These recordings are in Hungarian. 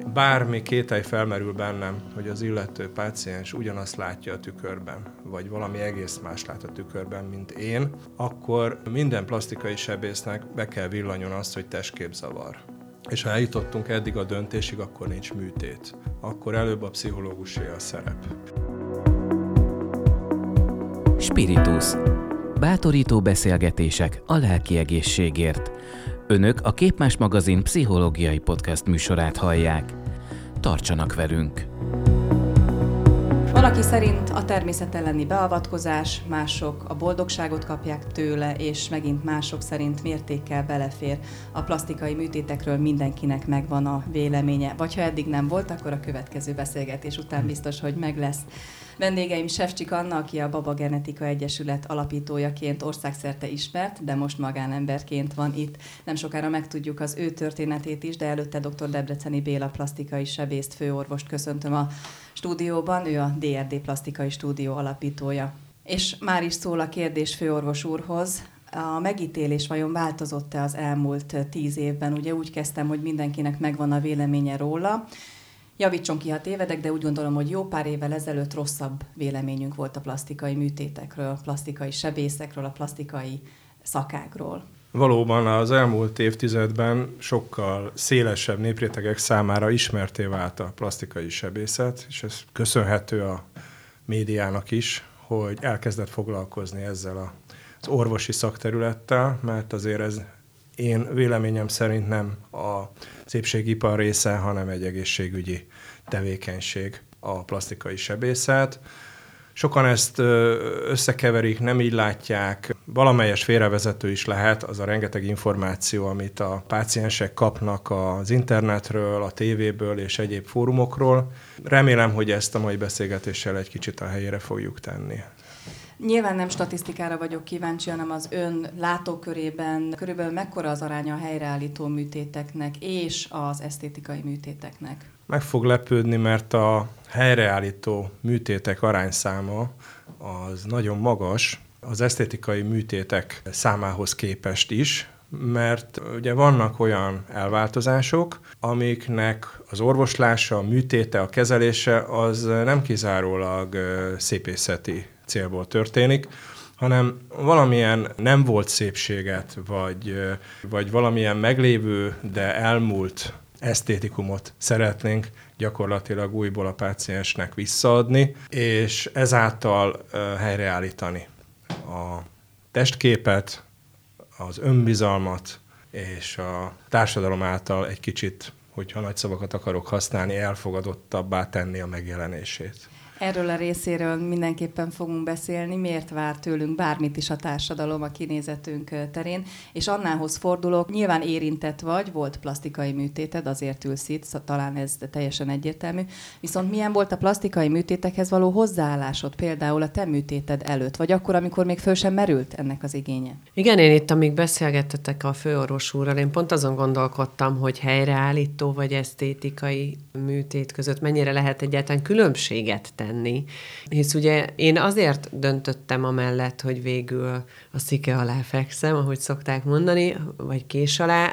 bármi kételj felmerül bennem, hogy az illető páciens ugyanazt látja a tükörben, vagy valami egész más lát a tükörben, mint én, akkor minden plasztikai sebésznek be kell villanjon azt, hogy testképzavar. És ha eljutottunk eddig a döntésig, akkor nincs műtét. Akkor előbb a pszichológusé a szerep. Spiritus. Bátorító beszélgetések a lelki egészségért. Önök a Képmás magazin pszichológiai podcast műsorát hallják. Tartsanak velünk! Valaki szerint a természet elleni beavatkozás, mások a boldogságot kapják tőle, és megint mások szerint mértékkel belefér. A plasztikai műtétekről mindenkinek megvan a véleménye. Vagy ha eddig nem volt, akkor a következő beszélgetés után biztos, hogy meg lesz. Vendégeim Sevcsik Anna, aki a Baba Genetika Egyesület alapítójaként országszerte ismert, de most magánemberként van itt. Nem sokára megtudjuk az ő történetét is, de előtte dr. Debreceni Béla plasztikai sebészt, főorvost köszöntöm a stúdióban, ő a DRD Plasztikai Stúdió alapítója. És már is szól a kérdés főorvos úrhoz. A megítélés vajon változott-e az elmúlt 10 évben? Ugye úgy kezdtem, hogy mindenkinek megvan a véleménye róla. Javítson ki, ha tévedek, de úgy gondolom, hogy jó pár évvel ezelőtt rosszabb véleményünk volt a plasztikai műtétekről, a plasztikai sebészekről, a plasztikai szakágról. Valóban az elmúlt évtizedben sokkal szélesebb néprétegek számára ismertté vált a plasztikai sebészet, és ez köszönhető a médiának is, hogy elkezdett foglalkozni ezzel az orvosi szakterülettel, mert azért ez én véleményem szerint nem a szépségipar része, hanem egy egészségügyi tevékenység a plasztikai sebészet. Sokan ezt összekeverik, nem így látják. Valamelyes félrevezető is lehet az a rengeteg információ, amit a páciensek kapnak az internetről, a tévéből és egyéb fórumokról. Remélem, hogy ezt a mai beszélgetéssel egy kicsit a helyére fogjuk tenni. Nyilván nem statisztikára vagyok kíváncsi, hanem az ön látókörében körülbelül mekkora az aránya a helyreállító műtéteknek és az esztétikai műtéteknek? Meg fog lepődni, mert a helyreállító műtétek arányszáma az nagyon magas az esztétikai műtétek számához képest is, mert ugye vannak olyan elváltozások, amiknek az orvoslása, a műtéte, a kezelése az nem kizárólag szépészeti célból történik, hanem valamilyen nem volt szépséget, vagy valamilyen meglévő, de elmúlt esztétikumot szeretnénk gyakorlatilag újból a páciensnek visszaadni, és ezáltal helyreállítani a testképet, az önbizalmat, és a társadalom által egy kicsit, hogyha nagy szavakat akarok használni, elfogadottabbá tenni a megjelenését. Erről a részéről mindenképpen fogunk beszélni, miért vár tőlünk bármit is a társadalom a kinézetünk terén, és Annához fordulok, nyilván érintett vagy, volt plasztikai műtéted, azért ülsz itt, talán ez teljesen egyértelmű, viszont milyen volt a plasztikai műtétekhez való hozzáállásod például a te műtéted előtt, vagy akkor, amikor még föl sem merült ennek az igénye? Igen, én itt, amíg beszélgettetek a főorvos úrral, én pont azon gondolkodtam, hogy helyreállító vagy esztétikai műtét között mennyire lehet egyáltalán különbséget tenni. Hisz ugye én azért döntöttem amellett, hogy végül a szike alá fekszem, ahogy szokták mondani, vagy kés alá,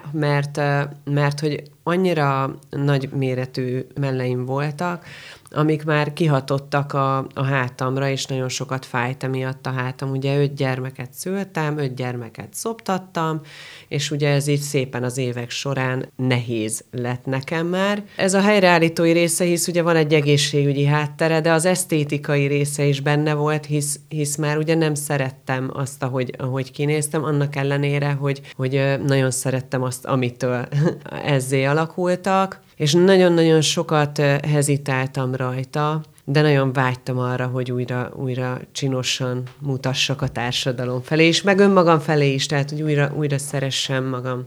mert hogy annyira nagy méretű melleim voltak, amik már kihatottak a hátamra, és nagyon sokat fájt emiatt a hátam. Ugye 5 gyermeket szültem, 5 gyermeket szoptattam, és ugye ez így szépen az évek során nehéz lett nekem már. Ez a helyreállítói része, hisz ugye van egy egészségügyi háttere, de az esztétikai része is benne volt, hisz már ugye nem szerettem azt, ahogy kinéztem, annak ellenére, hogy nagyon szerettem azt, amitől ezzé alakultak, és nagyon-nagyon sokat hezitáltam rajta, de nagyon vágytam arra, hogy újra csinosan mutassak a társadalom felé, és meg önmagam felé is, tehát hogy újra szeressem magam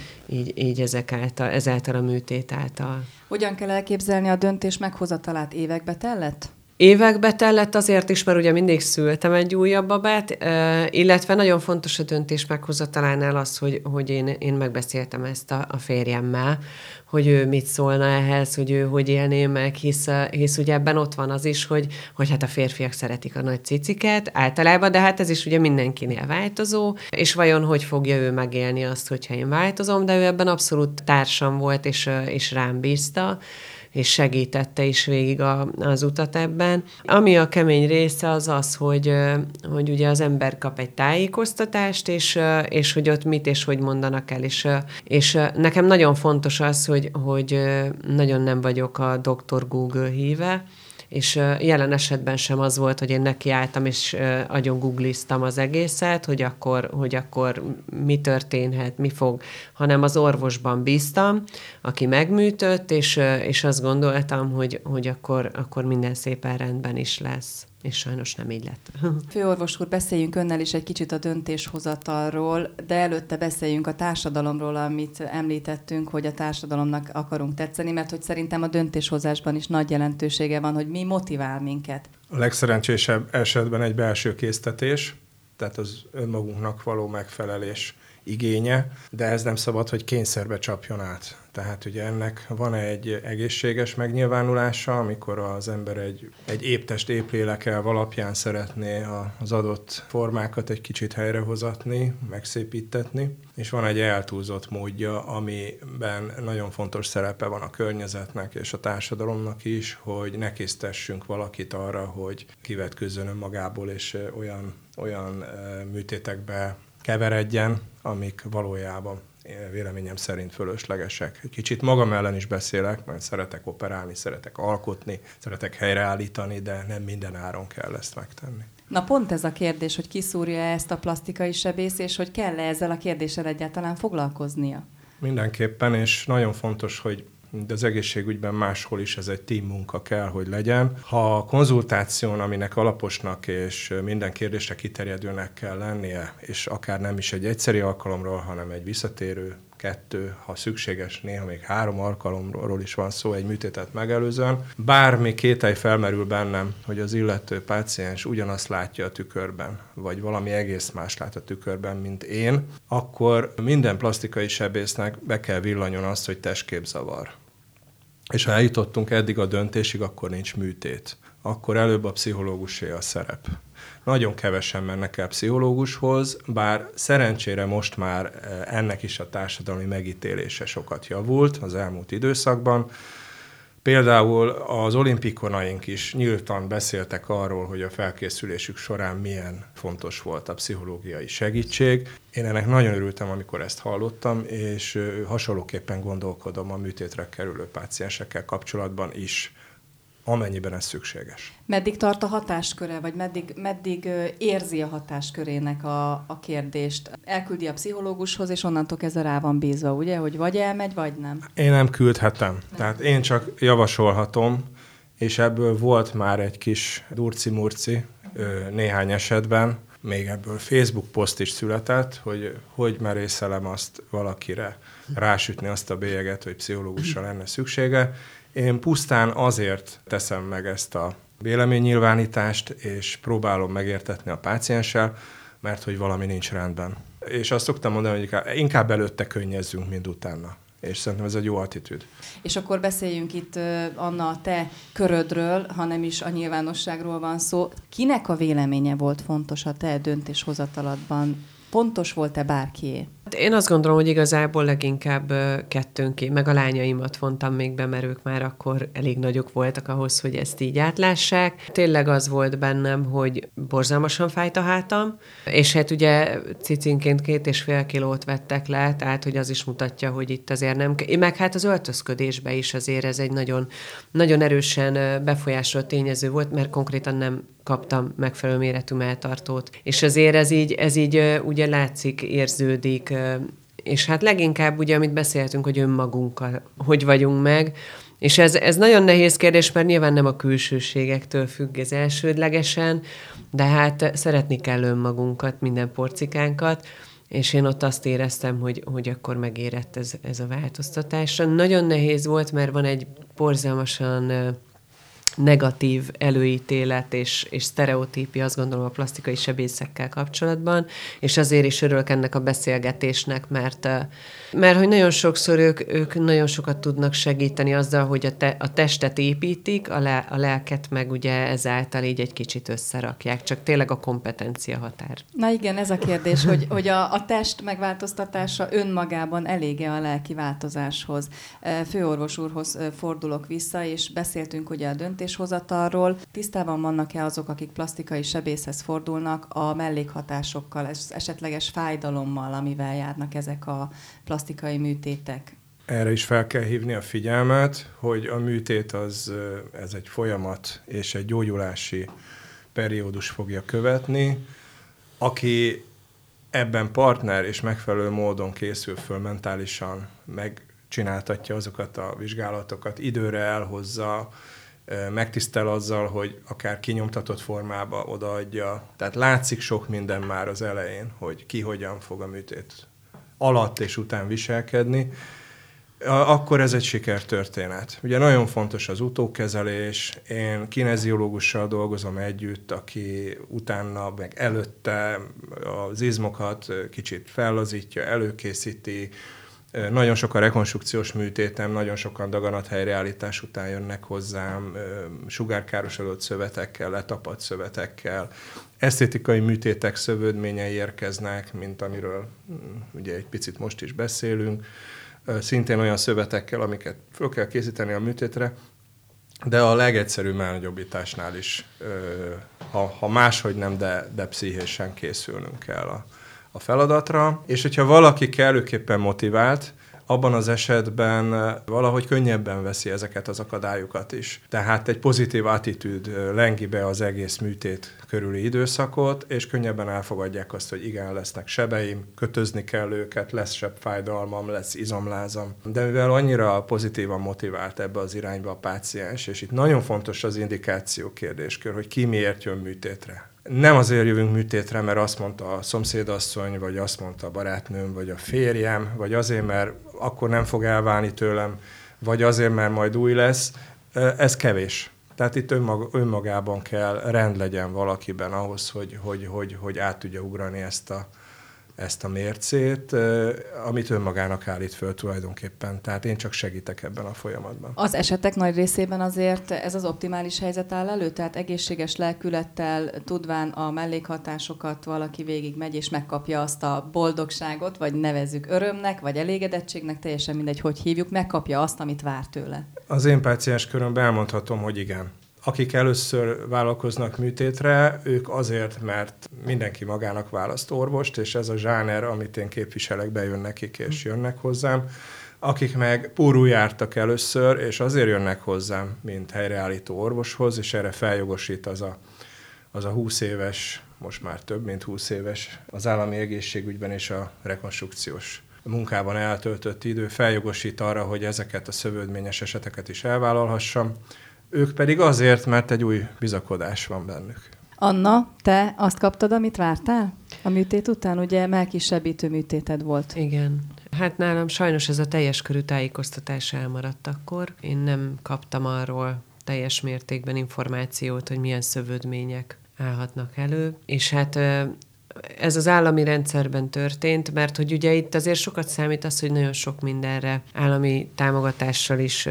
így ezáltal a műtét által. Hogyan kell elképzelni a döntés meghozatalát? Évekbe tellett? Évekbe tellett azért is, mert ugye mindig szültem egy újabb babát, illetve nagyon fontos a döntés meghozatalánál az, hogy én megbeszéltem ezt a férjemmel, hogy ő mit szólna ehhez, hogy ő hogy élné meg, hisz ugye ebben ott van az is, hogy hát a férfiak szeretik a nagy ciciket általában, de hát ez is ugye mindenkinél változó, és vajon hogy fogja ő megélni azt, hogyha én változom, de ő ebben abszolút társam volt, és rám bízta, és segítette is végig az utat ebben. Ami a kemény része az, hogy ugye az ember kap egy tájékoztatást, és hogy ott mit és hogy mondanak el. És nekem nagyon fontos az, hogy nagyon nem vagyok a Dr. Google híve, és jelen esetben sem az volt, hogy én nekiálltam, és agyon googliztam az egészet, hogy akkor mi történhet, mi fog, hanem az orvosban bíztam, aki megműtött, és azt gondoltam, hogy akkor minden szépen rendben is lesz. És sajnos nem így lett. Főorvos úr, beszéljünk önnel is egy kicsit a döntéshozatalról, de előtte beszéljünk a társadalomról, amit említettünk, hogy a társadalomnak akarunk tetszeni, mert hogy szerintem a döntéshozásban is nagy jelentősége van, hogy mi motivál minket. A legszerencsésebb esetben egy belső késztetés, tehát az önmagunknak való megfelelés igénye, de ez nem szabad, hogy kényszerbe csapjon át. Tehát ugye ennek van egy egészséges megnyilvánulása, amikor az ember egy épp test, épp lélek alapján szeretné az adott formákat egy kicsit helyrehozatni, megszépítetni, és van egy eltúlzott módja, amiben nagyon fontos szerepe van a környezetnek és a társadalomnak is, hogy ne késztessünk valakit arra, hogy kivetkőzzön önmagából, és olyan műtétekbe keveredjen, amik valójában véleményem szerint fölöslegesek. Kicsit magam ellen is beszélek, mert szeretek operálni, szeretek alkotni, szeretek helyreállítani, de nem minden áron kell ezt megtenni. Na pont ez a kérdés, hogy kiszúrja ezt a plastikai sebész, és hogy kell-e ezzel a kérdéssel egyáltalán foglalkoznia? Mindenképpen, és nagyon fontos, hogy de az egészségügyben máshol is ez egy team munka kell, hogy legyen. Ha a konzultáción, aminek alaposnak és minden kérdésre kiterjedőnek kell lennie, és akár nem is egy egyszeri alkalomról, hanem egy visszatérő 2, ha szükséges, néha még 3 alkalomról is van szó egy műtétet megelőzően. Bármi kételj felmerül bennem, hogy az illető páciens ugyanazt látja a tükörben, vagy valami egész más lát a tükörben, mint én, akkor minden plastikai sebésznek be kell villanyon azt, hogy testképzavar. És ha eljutottunk eddig a döntésig, akkor nincs műtét. Akkor előbb a pszichológusé a szerep. Nagyon kevesen mennek el pszichológushoz, bár szerencsére most már ennek is a társadalmi megítélése sokat javult az elmúlt időszakban. Például az olimpikonaink is nyíltan beszéltek arról, hogy a felkészülésük során milyen fontos volt a pszichológiai segítség. Én ennek nagyon örültem, amikor ezt hallottam, és hasonlóképpen gondolkodom a műtétre kerülő páciensekkel kapcsolatban is, amennyiben ez szükséges. Meddig tart a hatásköre, vagy meddig érzi a hatáskörének a kérdést? Elküldi a pszichológushoz, és onnantól kezdve rá van bízva, ugye, hogy vagy elmegy, vagy nem? Én nem küldhetem. Tehát én csak javasolhatom, és ebből volt már egy kis durci-murci néhány esetben, még ebből Facebook poszt is született, hogy merészelem azt valakire rásütni azt a bélyeget, hogy pszichológusra lenne szüksége. Én pusztán azért teszem meg ezt a véleménynyilvánítást, és próbálom megértetni a pácienssel, mert hogy valami nincs rendben. És azt szoktam mondani, hogy inkább előtte könnyezzünk, mint utána. És szerintem ez egy jó attitűd. És akkor beszéljünk itt, Anna, a te körödről, ha nem is a nyilvánosságról van szó. Kinek a véleménye volt fontos a te döntéshozataladban? Pontos volt-e bárkié? Én azt gondolom, hogy igazából leginkább kettőnké, meg a lányaimat vontam még be, mert ők már akkor elég nagyok voltak ahhoz, hogy ezt így átlássák. Tényleg az volt bennem, hogy borzalmasan fájt a hátam, és hát ugye cicinként 2,5 kilót vettek le, tehát hogy az is mutatja, hogy itt azért nem... Meg hát az öltözködésbe is azért ez egy nagyon, nagyon erősen befolyásoló tényező volt, mert konkrétan nem kaptam megfelelő méretű melltartót. És azért ez így ugye látszik, érződik, és hát leginkább ugye, amit beszéltünk, hogy önmagunkkal, hogy vagyunk meg, és ez nagyon nehéz kérdés, mert nyilván nem a külsőségektől függ ez elsődlegesen, de hát szeretni kell önmagunkat, minden porcikánkat, és én ott azt éreztem, hogy akkor megérett ez a változtatás. Nagyon nehéz volt, mert van egy borzalmasan negatív előítélet és sztereotípia, azt gondolom, a plasztikai sebészekkel kapcsolatban, és azért is örülök ennek a beszélgetésnek, mert hogy nagyon sokszor ők nagyon sokat tudnak segíteni azzal, hogy a testet építik, a lelket meg ugye ezáltal így egy kicsit összerakják, csak tényleg a kompetencia határ. Na igen, ez a kérdés, hogy a test megváltoztatása önmagában elége a lelki változáshoz. Főorvos úrhoz fordulok vissza, és beszéltünk ugye a döntéshozatalról. Tisztában vannak-e azok, akik plasztikai sebészhez fordulnak a mellékhatásokkal, esetleges fájdalommal, amivel járnak ezek a plasztikai műtétek? Erre is fel kell hívni a figyelmet, hogy a műtét ez egy folyamat és egy gyógyulási periódus fogja követni. Aki ebben partner és megfelelő módon készül föl mentálisan, megcsináltatja azokat a vizsgálatokat, időre elhozza, megtisztel azzal, hogy akár kinyomtatott formába odaadja. Tehát látszik sok minden már az elején, hogy ki hogyan fog a műtét alatt és után viselkedni, akkor ez egy sikertörténet. Ugye nagyon fontos az utókezelés, én kineziológussal dolgozom együtt, aki utána, meg előtte az izmokat kicsit fellazítja, előkészíti, nagyon sok a rekonstrukciós műtétem, nagyon sokan daganathelyreállítás után jönnek hozzám, sugárkárosodott szövetekkel, letapadt szövetekkel, esztétikai műtétek szövődményei érkeznek, mint amiről ugye egy picit most is beszélünk, szintén olyan szövetekkel, amiket föl kell készíteni a műtétre, de a legegyszerűbb mellnagyobbításnál is, ha máshogy nem, de pszichésen készülnünk kell a feladatra. És hogyha valaki kellőképpen motivált, abban az esetben valahogy könnyebben veszi ezeket az akadályokat is. Tehát egy pozitív attitűd lengi be az egész műtét körüli időszakot, és könnyebben elfogadják azt, hogy igen, lesznek sebeim, kötözni kell őket, lesz sebfájdalmam, lesz izomlázam. De mivel annyira pozitívan motivált ebbe az irányba a páciens, és itt nagyon fontos az indikáció kérdéskör, hogy ki miért jön műtétre. Nem azért jövünk műtétre, mert azt mondta a szomszédasszony, vagy azt mondta a barátnőm, vagy a férjem, vagy azért, mert akkor nem fog elválni tőlem, vagy azért, mert majd új lesz. Ez kevés. Tehát itt önmagában kell rend legyen valakiben ahhoz, hogy át tudja ugrani ezt a mércét, amit önmagának állít föl tulajdonképpen. Tehát én csak segítek ebben a folyamatban. Az esetek nagy részében azért ez az optimális helyzet áll elő? Tehát egészséges lelkülettel, tudván a mellékhatásokat valaki végigmegy és megkapja azt a boldogságot, vagy nevezzük örömnek, vagy elégedettségnek, teljesen mindegy, hogy hívjuk, megkapja azt, amit vár tőle. Az én páciens körömben elmondhatom, hogy igen. Akik először vállalkoznak műtétre, ők azért, mert mindenki magának választ orvost, és ez a zsáner, amit én képviselek, bejön nekik, és jönnek hozzám. Akik meg pórul jártak először, és azért jönnek hozzám, mint helyreállító orvoshoz, és erre feljogosít az a 20 éves, most már több mint 20 éves, az állami egészségügyben és a rekonstrukciós munkában eltöltött idő feljogosít arra, hogy ezeket a szövődményes eseteket is elvállalhassam. Ők pedig azért, mert egy új bizakodás van bennük. Anna, te azt kaptad, amit vártál a műtét után? Ugye mellkisebbítő műtéted volt. Igen. Hát nálam sajnos ez a teljes körű tájékoztatás elmaradt akkor. Én nem kaptam arról teljes mértékben információt, hogy milyen szövődmények állhatnak elő. És hát ez az állami rendszerben történt, mert hogy ugye itt azért sokat számít az, hogy nagyon sok mindenre állami támogatással is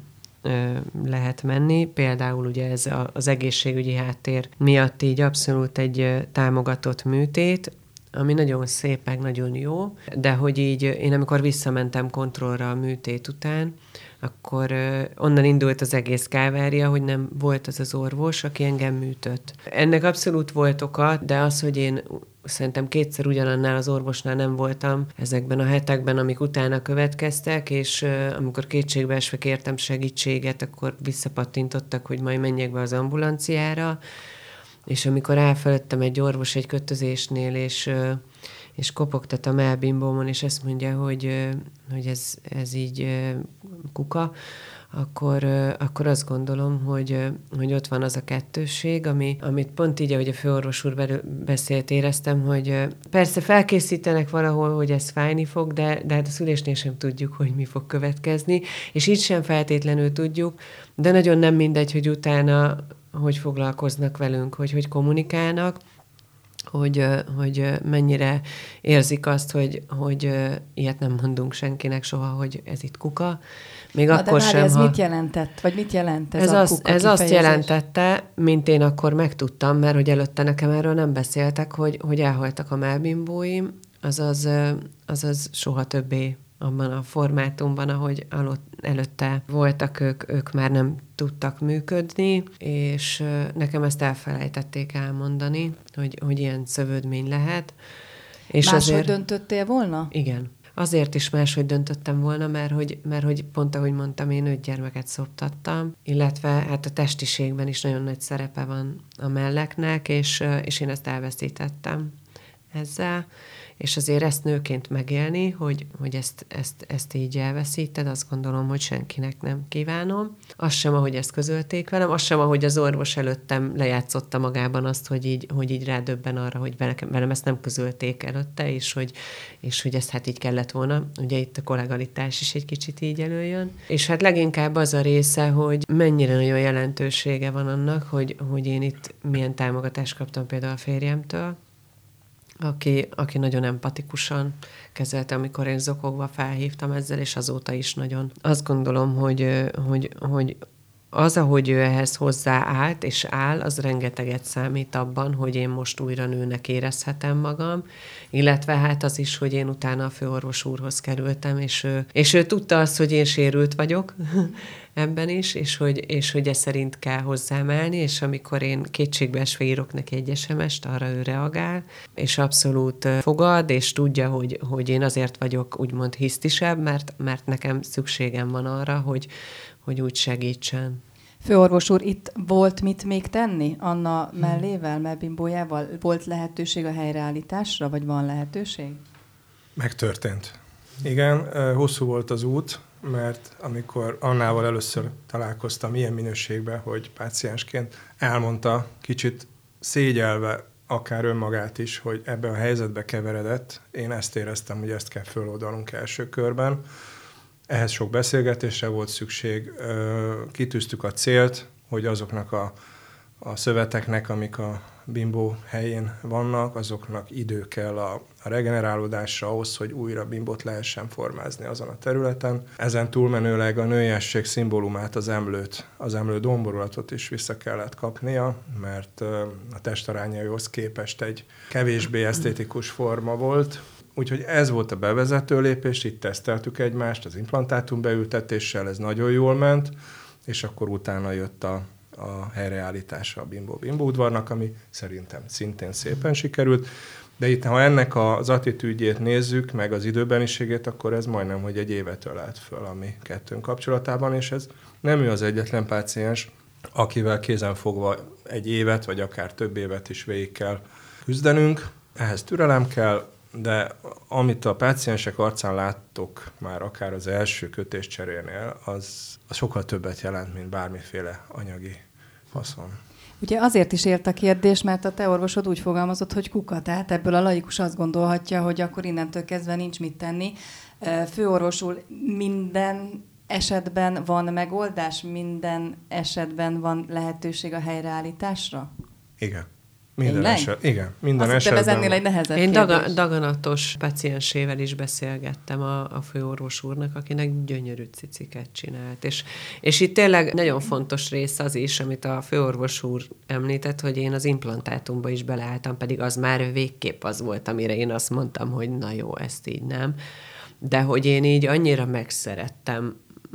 lehet menni. Például ugye ez az egészségügyi háttér miatt így abszolút egy támogatott műtét, ami nagyon szép, meg nagyon jó, de hogy így én amikor visszamentem kontrollra a műtét után, akkor onnan indult az egész kávária, hogy nem volt az orvos, aki engem műtött. Ennek abszolút volt oka, de az, hogy én szerintem kétszer ugyanannál az orvosnál nem voltam ezekben a hetekben, amik utána következtek, és amikor kétségbeesve kértem segítséget, akkor visszapattintottak, hogy majd menjek be az ambulanciára, és amikor elfeledtem egy orvos egy kötözésnél, és és kopogtat a mellbimbómon, és ezt mondja, hogy ez így kuka, akkor azt gondolom, hogy ott van az a kettősség, amit pont így, ahogy a főorvos úr beszélt, éreztem, hogy persze felkészítenek valahol, hogy ez fájni fog, de hát a szülésnél sem tudjuk, hogy mi fog következni, és így sem feltétlenül tudjuk, de nagyon nem mindegy, hogy utána hogy foglalkoznak velünk, hogy kommunikálnak, hogy mennyire érzik azt, hogy ilyet nem mondunk senkinek soha, hogy ez itt kuka. Még na, akkor de sem, ez mit jelentett? Vagy mit jelent ez a kuka Ez azt jelentette, mint én akkor megtudtam, mert hogy előtte nekem erről nem beszéltek, hogy elhaltak a mellbimbóim, azaz soha többé abban a formátumban, ahogy előtte voltak, ők már nem tudtak működni, és nekem ezt elfelejtették elmondani, hogy ilyen szövődmény lehet. És máshogy döntöttél volna? Igen. Azért is máshogy döntöttem volna, mert hogy pont ahogy mondtam, én 5 gyermeket szoptattam, illetve hát a testiségben is nagyon nagy szerepe van a melleknek, és én ezt elveszítettem ezzel, és azért ezt nőként megélni, hogy ezt így elveszíted, azt gondolom, hogy senkinek nem kívánom. Az sem, ahogy ezt közölték velem, az sem, ahogy az orvos előttem lejátszotta magában azt, hogy így rádöbben arra, hogy velem ezt nem közölték előtte, és hogy ezt hát így kellett volna. Ugye itt a kollegalitás is egy kicsit így előjön. És hát leginkább az a része, hogy mennyire nagyon jelentősége van annak, hogy én itt milyen támogatást kaptam például a férjemtől, aki nagyon empatikusan kezelte, amikor én zokogva felhívtam ezzel, és azóta is nagyon. Azt gondolom, hogy az, ahogy ő ehhez hozzáállt és áll, az rengeteget számít abban, hogy én most újra nőnek érezhetem magam, illetve hát az is, hogy én utána a főorvos úrhoz kerültem, és ő tudta azt, hogy én sérült vagyok ebben is, és hogy ez szerint kell hozzám állni, és amikor én kétségbeesve írok neki egy SMS-t, arra ő reagál, és abszolút fogad, és tudja, hogy én azért vagyok úgymond hisztisebb, mert nekem szükségem van arra, hogy úgy segítsen. Főorvos úr, itt volt mit még tenni Anna mellével, mellbimbójával? Volt lehetőség a helyreállításra, vagy van lehetőség? Megtörtént. Igen, hosszú volt az út, mert amikor Annával először találkoztam ilyen minőségben, hogy páciensként elmondta, kicsit szégyelve akár önmagát is, hogy ebbe a helyzetbe keveredett, én ezt éreztem, hogy ezt kell föloldalunk első körben. Ehhez sok beszélgetésre volt szükség, kitűztük a célt, hogy azoknak a szöveteknek, amik a bimbó helyén vannak, azoknak idő kell a regenerálódásra ahhoz, hogy újra bimbót lehessen formázni azon a területen. Ezen túlmenőleg a nőiesség szimbólumát, az emlő domborulatot is vissza kellett kapnia, mert a testarányaihoz képest egy kevésbé esztétikus forma volt. Úgyhogy ez volt a bevezető lépés, itt teszteltük egymást az implantátum beültetéssel, ez nagyon jól ment, és akkor utána jött a helyreállítása a bimbó udvarnak, ami szerintem szintén szépen sikerült. De itt, ha ennek az attitűdjét nézzük, meg az időbeniségét, akkor ez majdnem, hogy egy évet ölelt föl a mi kettőnk kapcsolatában, és ez nem ő az egyetlen páciens, akivel kézenfogva egy évet, vagy akár több évet is végig kell küzdenünk. Ehhez türelem kell, de amit a páciensek arcán láttok már akár az első kötéscserénél, az sokkal többet jelent, mint bármiféle anyagi haszon. Ugye azért is ért a kérdés, mert a te orvosod úgy fogalmazott, hogy kuka, tehát ebből a laikus azt gondolhatja, hogy akkor innentől kezdve nincs mit tenni. Főorvos úr, minden esetben van megoldás, minden esetben van lehetőség a helyreállításra? Igen. Minden esetben. Ez ennél egy nehezebb Én kérdés. daganatos paciensével is beszélgettem a főorvos úrnak, akinek gyönyörű ciciket csinált. És itt tényleg nagyon fontos rész az is, amit a főorvos úr említett, hogy én az implantátumba is beleálltam, pedig az már végképp az volt, amire én azt mondtam, hogy na jó, ezt így nem. De hogy én így annyira megszerettem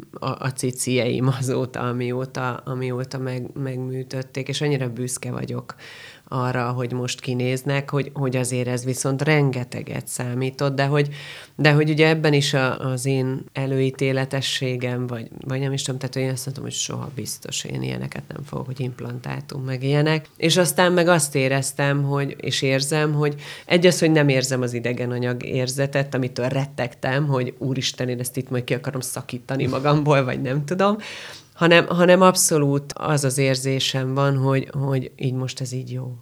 a cicieim azóta, amióta megműtötték, és annyira büszke vagyok arra, hogy most kinéznek, hogy azért ez viszont rengeteget számított, de hogy ugye ebben is az én előítéletességem, vagy nem is tudom, tehát hogy én azt mondtam, hogy soha biztos én ilyeneket nem fogok, hogy implantátum, meg ilyenek. És aztán meg azt éreztem, és érzem, hogy hogy nem érzem az idegen anyag érzetet, amitől rettegtem, hogy úristen, én ezt itt majd ki akarom szakítani magamból, vagy nem tudom, hanem abszolút az az érzésem van, hogy így most ez így jó.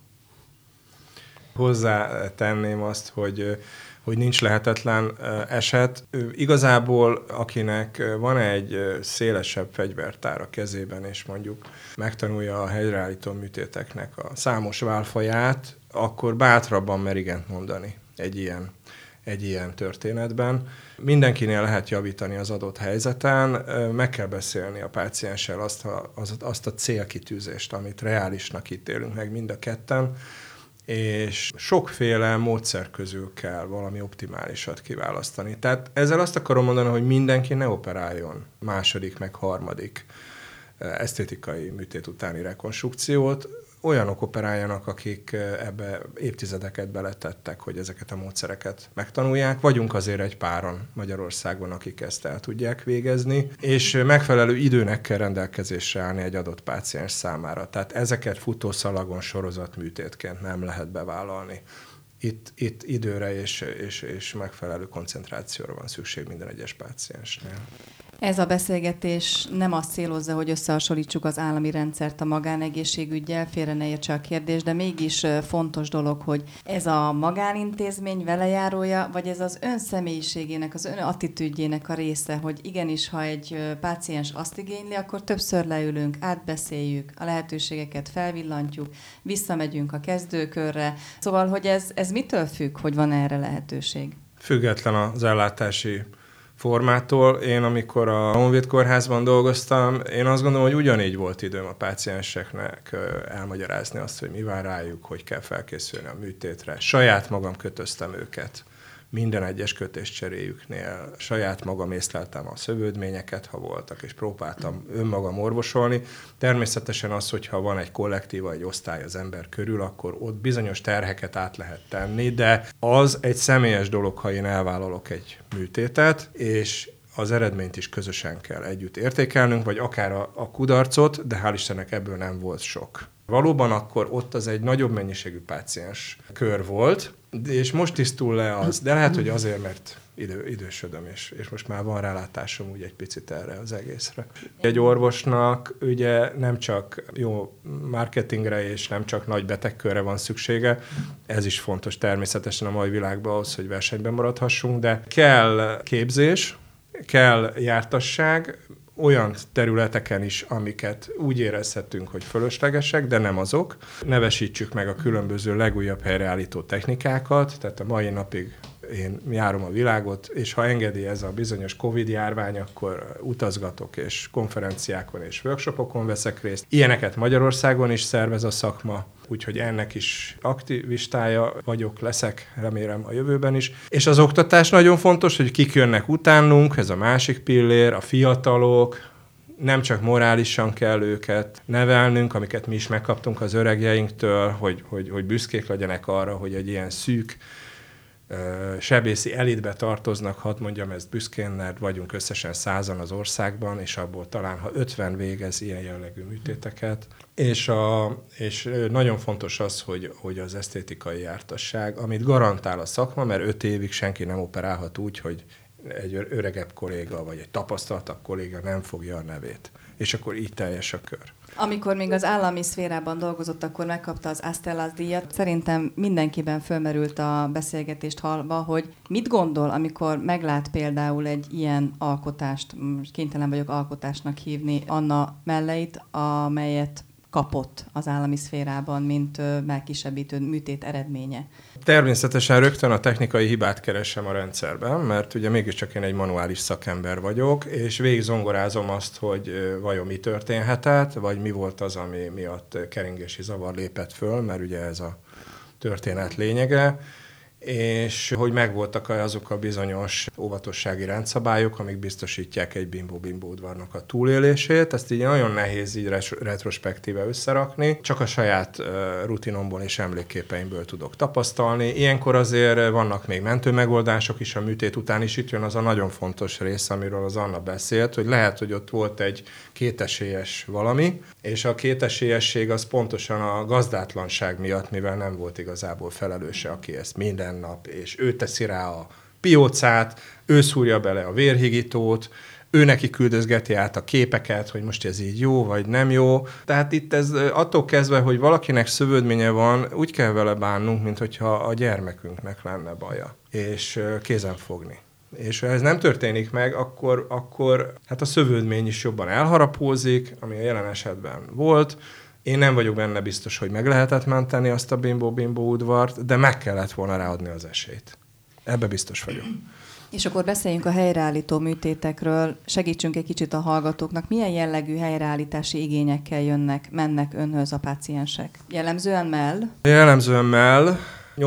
Hozzátenném azt, hogy nincs lehetetlen eset. Igazából, akinek van egy szélesebb fegyvertár a kezében, és mondjuk megtanulja a helyreállító műtéteknek a számos válfaját, akkor bátrabban mer igent mondani egy ilyen történetben. Mindenkinél lehet javítani az adott helyzeten, meg kell beszélni a pácienssel azt a célkitűzést, amit reálisnak ítélünk meg mind a ketten, és sokféle módszer közül kell valami optimálisat kiválasztani. Tehát ezzel azt akarom mondani, hogy mindenki ne operáljon második, meg harmadik esztétikai műtét utáni rekonstrukciót, olyanok operáljanak, akik ebbe évtizedeket beletettek, hogy ezeket a módszereket megtanulják. Vagyunk azért egy páran Magyarországon, akik ezt el tudják végezni, és megfelelő időnek kell rendelkezésre állni egy adott páciens számára. Tehát ezeket futószalagon sorozatműtétként nem lehet bevállalni. Itt időre és megfelelő koncentrációra van szükség minden egyes páciensnél. Ez a beszélgetés nem azt célozza, hogy összehasonlítsuk az állami rendszert a magánegészségüggyel, félre ne értse a kérdés, de mégis fontos dolog, hogy ez a magánintézmény velejárója, vagy ez az ön személyiségének, az ön attitűdjének a része, hogy igenis, ha egy páciens azt igényli, akkor többször leülünk, átbeszéljük, a lehetőségeket felvillantjuk, visszamegyünk a kezdőkörre. Szóval, hogy ez mitől függ, hogy van erre lehetőség? Független az ellátási formától. Én, amikor a Honvéd Kórházban dolgoztam, én azt gondolom, hogy ugyanígy volt időm a pácienseknek elmagyarázni azt, hogy mi vár rájuk, hogy kell felkészülni a műtétre. Saját magam kötöztem őket minden egyes kötéscseréjüknél. Saját magam észleltem a szövődményeket, ha voltak, és próbáltam önmagam orvosolni. Természetesen az, hogyha van egy kollektíva, egy osztály az ember körül, akkor ott bizonyos terheket át lehet tenni, de az egy személyes dolog, ha én elvállalok egy műtétet, és az eredményt is közösen kell együtt értékelnünk, vagy akár a kudarcot, de hál' Istennek ebből nem volt sok. Valóban akkor ott az egy nagyobb mennyiségű páciens kör volt, és most tisztul le az, de lehet, hogy azért, mert idősödöm, és most már van rálátásom úgy egy picit erre az egészre. Egy orvosnak ugye nem csak jó marketingre és nem csak nagy betegkörre van szüksége, ez is fontos természetesen a mai világban ahhoz, hogy versenyben maradhassunk, de kell képzés, kell jártasság, olyan területeken is, amiket úgy érezhetünk, hogy fölöslegesek, de nem azok. Nevesítsük meg a különböző legújabb helyreállító technikákat, tehát a mai napig én járom a világot, és ha engedi ez a bizonyos Covid-járvány, akkor utazgatok, és konferenciákon és workshopokon veszek részt. Ilyeneket Magyarországon is szervez a szakma, úgyhogy ennek is aktivistája vagyok, leszek, remélem a jövőben is. És az oktatás nagyon fontos, hogy kik jönnek utánunk, ez a másik pillér, a fiatalok, nem csak morálisan kell őket nevelnünk, amiket mi is megkaptunk az öregjeinktől, hogy büszkék legyenek arra, hogy egy ilyen szűk sebészi elitbe tartoznak, hadd mondjam ezt büszkén, mert vagyunk összesen 100-an az országban, és abból talán, ha 50 végez ilyen jellegű műtéteket. És nagyon fontos az, hogy az esztétikai jártasság, amit garantál a szakma, mert 5 évig senki nem operálhat úgy, hogy egy öregebb kolléga, vagy egy tapasztaltabb kolléga nem fogja a nevét. És akkor így teljes a kör. Amikor még az állami szférában dolgozott, akkor megkapta az Astellas díjat. Szerintem mindenkiben fölmerült a beszélgetést hallva, hogy mit gondol, amikor meglát például egy ilyen alkotást, kénytelen vagyok alkotásnak hívni, Anna Melleit, amelyet kapott az állami szférában, mint megkisebbítő műtét eredménye. Természetesen rögtön a technikai hibát keresem a rendszerben, mert ugye mégiscsak én egy manuális szakember vagyok, és végig zongorázom azt, hogy vajon mi történhetett, vagy mi volt az, ami miatt keringési zavar lépett föl, mert ugye ez a történet lényege. és hogy megvoltak azok a bizonyos óvatossági rendszabályok, amik biztosítják egy bimbó-bimbó udvarnak a túlélését. Ezt így nagyon nehéz így retrospektíve összerakni, csak a saját rutinomból és emlékképeimből tudok tapasztalni. Ilyenkor azért vannak még mentő megoldások is a műtét után is. Itt jön az a nagyon fontos rész, amiről az Anna beszélt, hogy lehet, hogy ott volt egy kétesélyes valami, és a kétesélyesség az pontosan a gazdátlanság miatt, mivel nem volt igazából felelőse, aki ezt minden nap, és ő teszi rá a piócát, ő szúrja bele a vérhigítót, ő neki küldözgeti át a képeket, hogy most ez így jó, vagy nem jó. Tehát itt ez attól kezdve, hogy valakinek szövődménye van, úgy kell vele bánnunk, mint hogyha a gyermekünknek lenne baja, és kézen fogni. És ha ez nem történik meg, akkor hát a szövődmény is jobban elharapózik, ami a jelen esetben volt. Én nem vagyok benne biztos, hogy meg lehetett menteni azt a bimbó-bimbó udvart, de meg kellett volna ráadni az esélyt. Ebbe biztos vagyok. És akkor beszéljünk a helyreállító műtétekről. Segítsünk egy kicsit a hallgatóknak. Milyen jellegű helyreállítási igényekkel mennek önhöz a páciensek? Jellemzően mell? Jellemzően mell.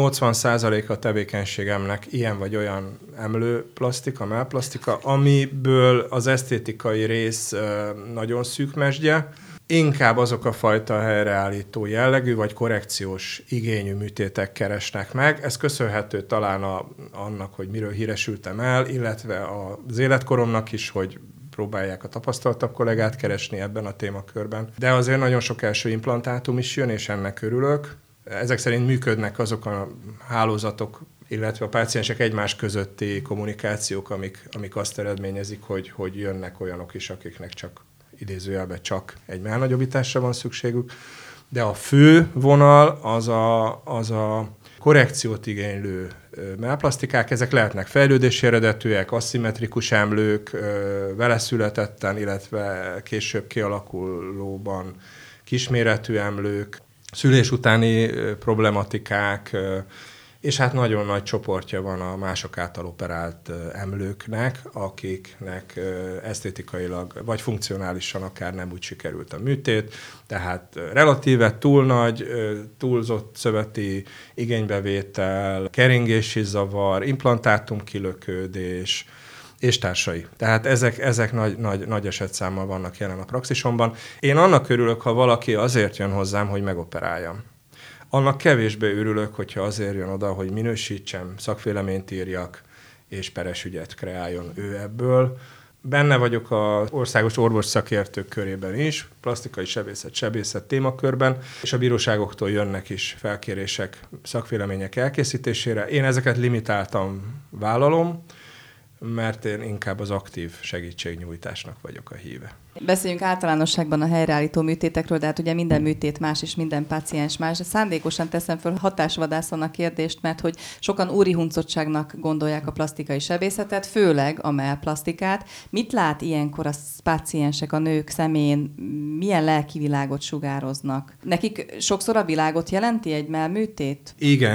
80% a tevékenységemnek ilyen vagy olyan emlőplasztika, mellplasztika, amiből az esztétikai rész nagyon szűkmesdje. Inkább azok a fajta helyreállító jellegű vagy korrekciós igényű műtétek keresnek meg. Ez köszönhető talán annak, hogy miről híresültem el, illetve az életkoromnak is, hogy próbálják a tapasztaltabb kollégát keresni ebben a témakörben. De azért nagyon sok első implantátum is jön, és ennek örülök. Ezek szerint működnek azok a hálózatok, illetve a páciensek egymás közötti kommunikációk, amik azt eredményezik, hogy jönnek olyanok is, akiknek csak idézőjelben csak egy mellnagyobbításra van szükségük. De a fő vonal az a korrekciót igénylő mellplasztikák, ezek lehetnek fejlődési eredetűek, aszimmetrikus emlők, vele születetten, illetve később kialakulóban kisméretű emlők, szülés utáni problematikák, és hát nagyon nagy csoportja van a mások által operált emlőknek, akiknek esztétikailag vagy funkcionálisan akár nem úgy sikerült a műtét, tehát relatíve túl nagy, túlzott szöveti igénybevétel, keringési zavar, implantátum kilökődés, és társai. Tehát ezek nagy esetszámmal vannak jelen a praxisomban. Én annak örülök, ha valaki azért jön hozzám, hogy megoperáljam. Annak kevésbé örülök, hogyha azért jön oda, hogy minősítsem, szakvéleményt írjak, és peres ügyet kreáljon ő ebből. Benne vagyok az országos orvosszakértők körében is, plastikai sebészet témakörben, és a bíróságoktól jönnek is felkérések szakvélemények elkészítésére. Én ezeket limitáltan vállalom, mert én inkább az aktív segítségnyújtásnak vagyok a híve. Beszéljünk általánosságban a helyreállító műtétekről, de hát ugye minden műtét más, és minden páciens más. Szándékosan teszem föl hatásvadászon a kérdést, mert hogy sokan úrihuncottságnak gondolják a plastikai sebészetet, főleg a mellplasztikát. Mit lát ilyenkor a páciensek, a nők szemén, milyen lelki világot sugároznak? Nekik sokszor a világot jelenti egy mellműtét?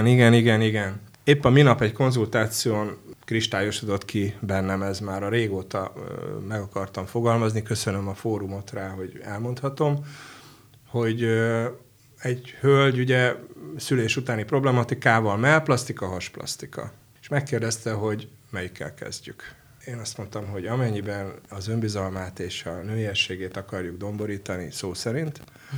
Igen. Épp a minap egy konzultáción kristályosodott ki bennem, ez már a régóta meg akartam fogalmazni, köszönöm a fórumot rá, hogy elmondhatom, hogy egy hölgy ugye szülés utáni problematikával mellplasztika, hasplasztika, és megkérdezte, hogy melyikkel kezdjük. Én azt mondtam, hogy amennyiben az önbizalmát és a nőiességét akarjuk domborítani szó szerint,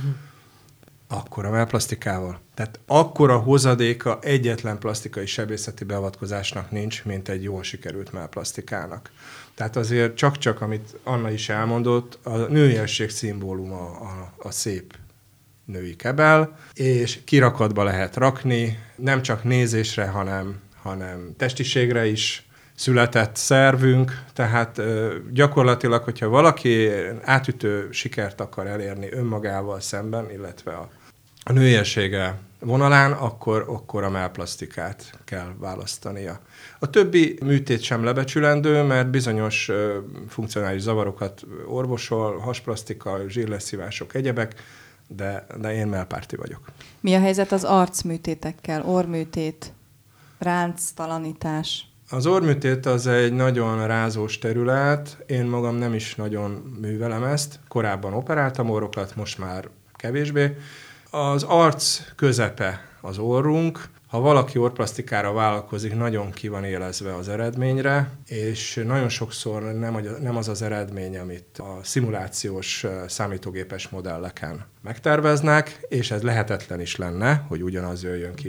akkor a mellplasztikával. Tehát akkora hozadéka egyetlen plastikai sebészeti beavatkozásnak nincs, mint egy jól sikerült mellplasztikának. Tehát azért csak, amit Anna is elmondott, a nőiesség szimbóluma a szép női kebel, és kirakatba lehet rakni, nem csak nézésre, hanem testiségre is született szervünk, tehát gyakorlatilag, hogyha valaki átütő sikert akar elérni önmagával szemben, illetve a nőiessége vonalán, akkor a mellplasztikát kell választania. A többi műtét sem lebecsülendő, mert bizonyos funkcionális zavarokat orvosol, hasplasztika, zsírleszívások, egyebek, de én mellpárti vagyok. Mi a helyzet az arcműtétekkel? Orrműtét, ránctalanítás? Az orrműtét az egy nagyon rázós terület, én magam nem is nagyon művelem ezt. Korábban operáltam orrokat, most már kevésbé. Az arc közepe az orrunk. ha valaki orrplasztikára vállalkozik, nagyon ki van élezve az eredményre, és nagyon sokszor nem az az eredmény, amit a szimulációs számítógépes modelleken megterveznek, és ez lehetetlen is lenne, hogy ugyanaz jöjjön ki,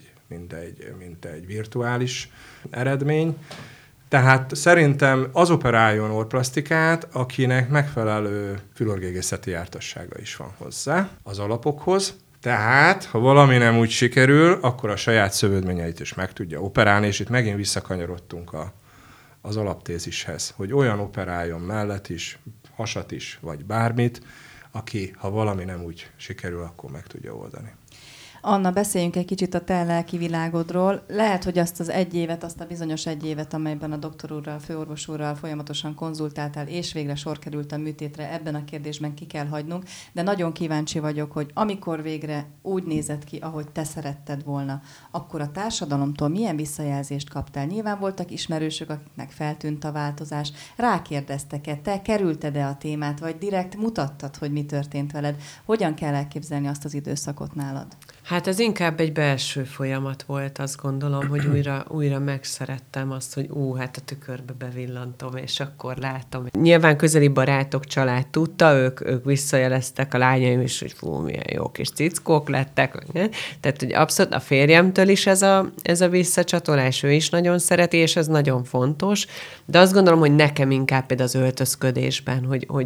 mint egy virtuális eredmény. Tehát szerintem az operáljon orrplasztikát, akinek megfelelő fülorgégészeti jártassága is van hozzá az alapokhoz. Tehát, ha valami nem úgy sikerül, akkor a saját szövődményeit is meg tudja operálni, és itt megint visszakanyarodtunk az alaptézishez, hogy olyan operáljon mellett is, hasat is, vagy bármit, aki, ha valami nem úgy sikerül, akkor meg tudja oldani. Anna, beszéljünk egy kicsit a te lelki világodról. Lehet, hogy azt a bizonyos egy évet, amelyben a doktor úrral, főorvos úrral folyamatosan konzultáltál, és végre sor került a műtétre, ebben a kérdésben ki kell hagynunk, de nagyon kíváncsi vagyok, hogy amikor végre úgy nézett ki, ahogy te szeretted volna, akkor a társadalomtól milyen visszajelzést kaptál? Nyilván voltak ismerősök, akiknek feltűnt a változás. Rákérdeztek-e? Te kerülted-e a témát, vagy direkt mutattad, hogy mi történt veled? Hogyan kell elképzelni azt az időszakot nálad? Hát ez inkább egy belső folyamat volt, azt gondolom, hogy újra megszerettem azt, hogy hát a tükörbe bevillantom, és akkor látom. Nyilván közeli barátok, család tudta, ők visszajeleztek, a lányaim is, hogy milyen jó kis cickók lettek. Tehát, hogy abszolút a férjemtől is ez a visszacsatolás, ő is nagyon szereti, és ez nagyon fontos. De azt gondolom, hogy nekem inkább például az öltözködésben,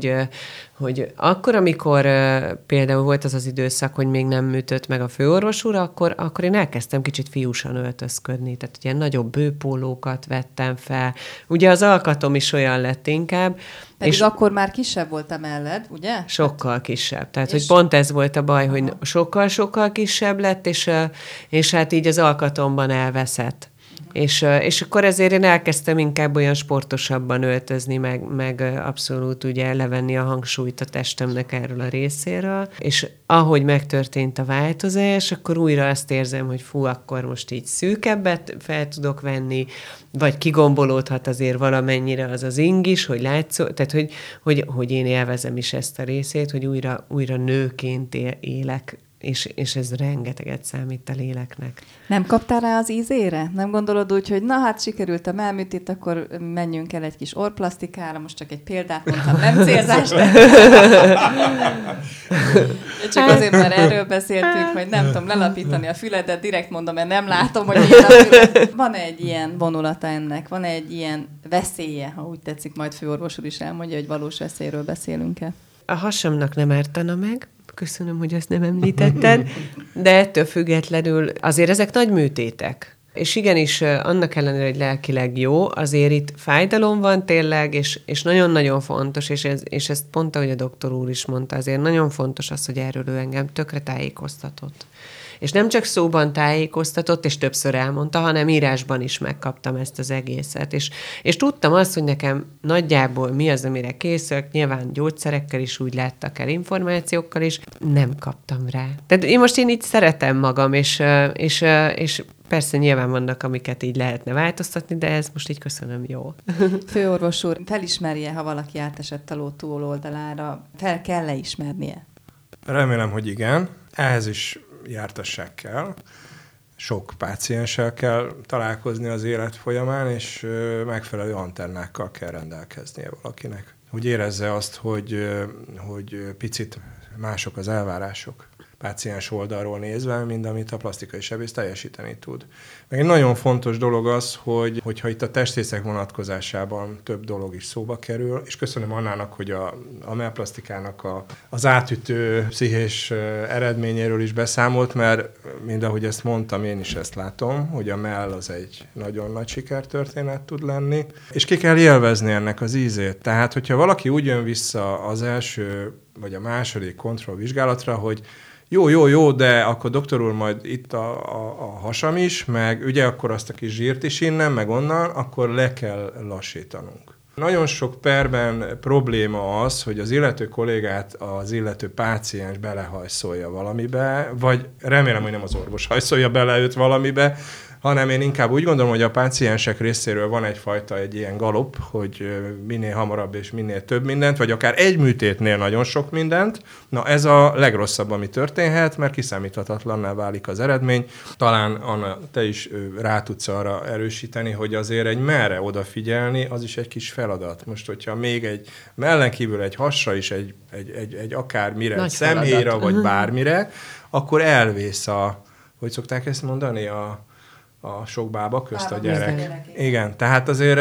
hogy akkor, amikor például volt az időszak, hogy még nem műtött meg a főorvos úr, akkor én elkezdtem kicsit fiúsan öltözködni. Tehát ugye nagyobb bőpólókat vettem fel. Ugye az alkatom is olyan lett inkább. Pedig és akkor már kisebb volt a melled, ugye? Sokkal kisebb. Tehát, hogy pont ez volt a baj, hogy sokkal-sokkal kisebb lett, és hát így az alkatomban elveszett. És akkor ezért én elkezdtem inkább olyan sportosabban öltözni, meg abszolút ugye levenni a hangsúlyt a testemnek erről a részéről. És ahogy megtörtént a változás, akkor újra azt érzem, hogy akkor most így szűkebbet fel tudok venni, vagy kigombolódhat azért valamennyire az ing is, hogy látszó, tehát hogy én élvezem is ezt a részét, hogy újra nőként élek, és ez rengeteget számít a léleknek. Nem kaptál rá az ízére? Nem gondolod úgy, hogy sikerült a melműtét, akkor menjünk el egy kis orrplasztikára, most csak egy példát mondtam, nem célzás, de... Csak azért, mert erről beszéltünk, hogy nem tudom lelapítani a füledet, direkt mondom, mert nem látom, hogy ilyen a füled. Van egy ilyen vonulata ennek, van egy ilyen veszélye, ha úgy tetszik, majd főorvos úr is elmondja, hogy valós veszélyről beszélünk-e. A hasamnak nem ártana meg. Köszönöm, hogy ezt nem említetted, de ettől függetlenül azért ezek nagy műtétek. És igenis, annak ellenére, hogy lelkileg jó, azért itt fájdalom van tényleg, és nagyon-nagyon fontos, és ezt pont, ahogy a doktor úr is mondta, azért nagyon fontos az, hogy erről ő engem tökre tájékoztatott. És nem csak szóban tájékoztatott, és többször elmondta, hanem írásban is megkaptam ezt az egészet. És tudtam azt, hogy nekem nagyjából mi az, amire készülök, nyilván gyógyszerekkel is úgy láttak el, információkkal is, nem kaptam rá. Tehát én így szeretem magam, és persze nyilván vannak, amiket így lehetne változtatni, de ez most így köszönöm, jó. Főorvos úr, felismerje, ha valaki átesett a ló túloldalára, fel kell-e ismernie? Remélem, hogy igen. Ehhez is jártasság kell. Sok pácienssel kell találkozni az élet folyamán, és megfelelő antennákkal kell rendelkeznie valakinek. Hogy érezze azt, hogy picit mások az elvárások páciens oldalról nézve, mint amit a plastikai sebész teljesíteni tud. Meg egy nagyon fontos dolog az, hogyha itt a testrészek vonatkozásában több dolog is szóba kerül, és köszönöm Annának, hogy a mellplastikának az átütő pszichés eredményéről is beszámolt, mert mindahogy ezt mondtam, én is ezt látom, hogy a mell az egy nagyon nagy sikertörténet tud lenni, és ki kell élvezni ennek az ízét. Tehát, hogyha valaki úgy jön vissza az első vagy a második kontrollvizsgálatra, hogy jó, de akkor doktor úr, majd itt a hasam is, meg ugye akkor azt a kis zsírt is innen, meg onnan, akkor le kell lassítanunk. Nagyon sok perben probléma az, hogy az illető kollégát az illető páciens belehajszolja valamibe, vagy remélem, hogy nem az orvos hajszolja bele őt valamibe, hanem én inkább úgy gondolom, hogy a páciensek részéről van egy ilyen galop, hogy minél hamarabb és minél több mindent, vagy akár egy műtétnél nagyon sok mindent. Na ez a legrosszabb, ami történhet, mert kiszámíthatatlanná válik az eredmény. Talán Anna, te is rá tudsz arra erősíteni, hogy azért egy merre odafigyelni, az is egy kis feladat. Most, hogyha még egy mellenkívül egy hasra is, egy akármire, egy szemhéjra, vagy bármire, akkor elvész hogy szokták ezt mondani, a sok bába közt a gyerek. Igen, tehát azért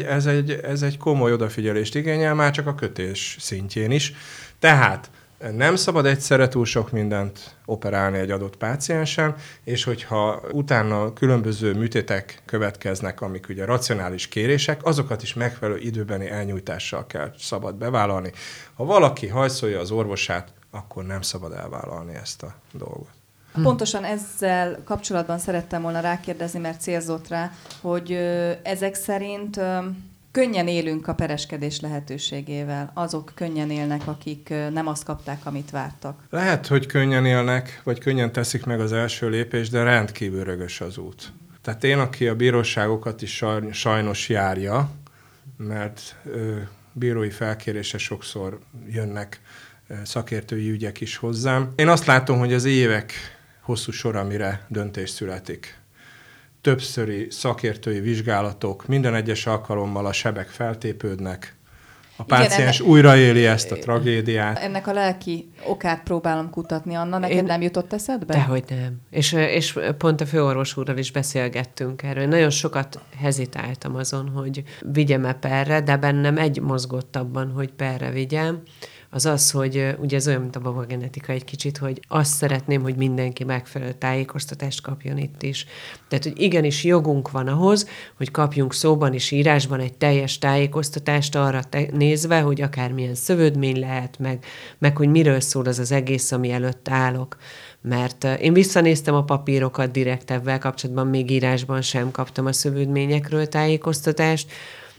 ez egy komoly odafigyelést igényel, már csak a kötés szintjén is. Tehát nem szabad egyszerre túl sok mindent operálni egy adott páciensen, és hogyha utána különböző műtétek következnek, amik ugye racionális kérések, azokat is megfelelő időbeni elnyújtással kell szabad bevállalni. Ha valaki hajszolja az orvosát, akkor nem szabad elvállalni ezt a dolgot. Pontosan ezzel kapcsolatban szerettem volna rákérdezni, mert célzott rá, hogy ezek szerint könnyen élünk a pereskedés lehetőségével. Azok könnyen élnek, akik nem azt kapták, amit vártak. Lehet, hogy könnyen élnek, vagy könnyen teszik meg az első lépést, de rendkívül rögös az út. Tehát én, aki a bíróságokat is sajnos járja, mert bírói felkérése sokszor jönnek szakértői ügyek is hozzám. Én azt látom, hogy az évek hosszú sor, amire döntés születik. Többszöri szakértői vizsgálatok, minden egyes alkalommal a sebek feltépődnek, a páciens újraéli ezt a tragédiát. Ennek a lelki okát próbálom kutatni, Anna, neked nem jutott eszedbe? Dehogy nem. És pont a főorvos úrral is beszélgettünk erről. Nagyon sokat hezitáltam azon, hogy vigyem-e perre, de bennem egy mozgott abban, hogy perre vigyem. Az, hogy ugye ez olyan, mint a babagenetika egy kicsit, hogy azt szeretném, hogy mindenki megfelelő tájékoztatást kapjon itt is. Tehát, hogy igenis jogunk van ahhoz, hogy kapjunk szóban és írásban egy teljes tájékoztatást arra nézve, hogy akármilyen szövődmény lehet, meg hogy miről szól az egész, ami előtt állok. Mert én visszanéztem a papírokat direkt ebben kapcsolatban, még írásban sem kaptam a szövődményekről tájékoztatást,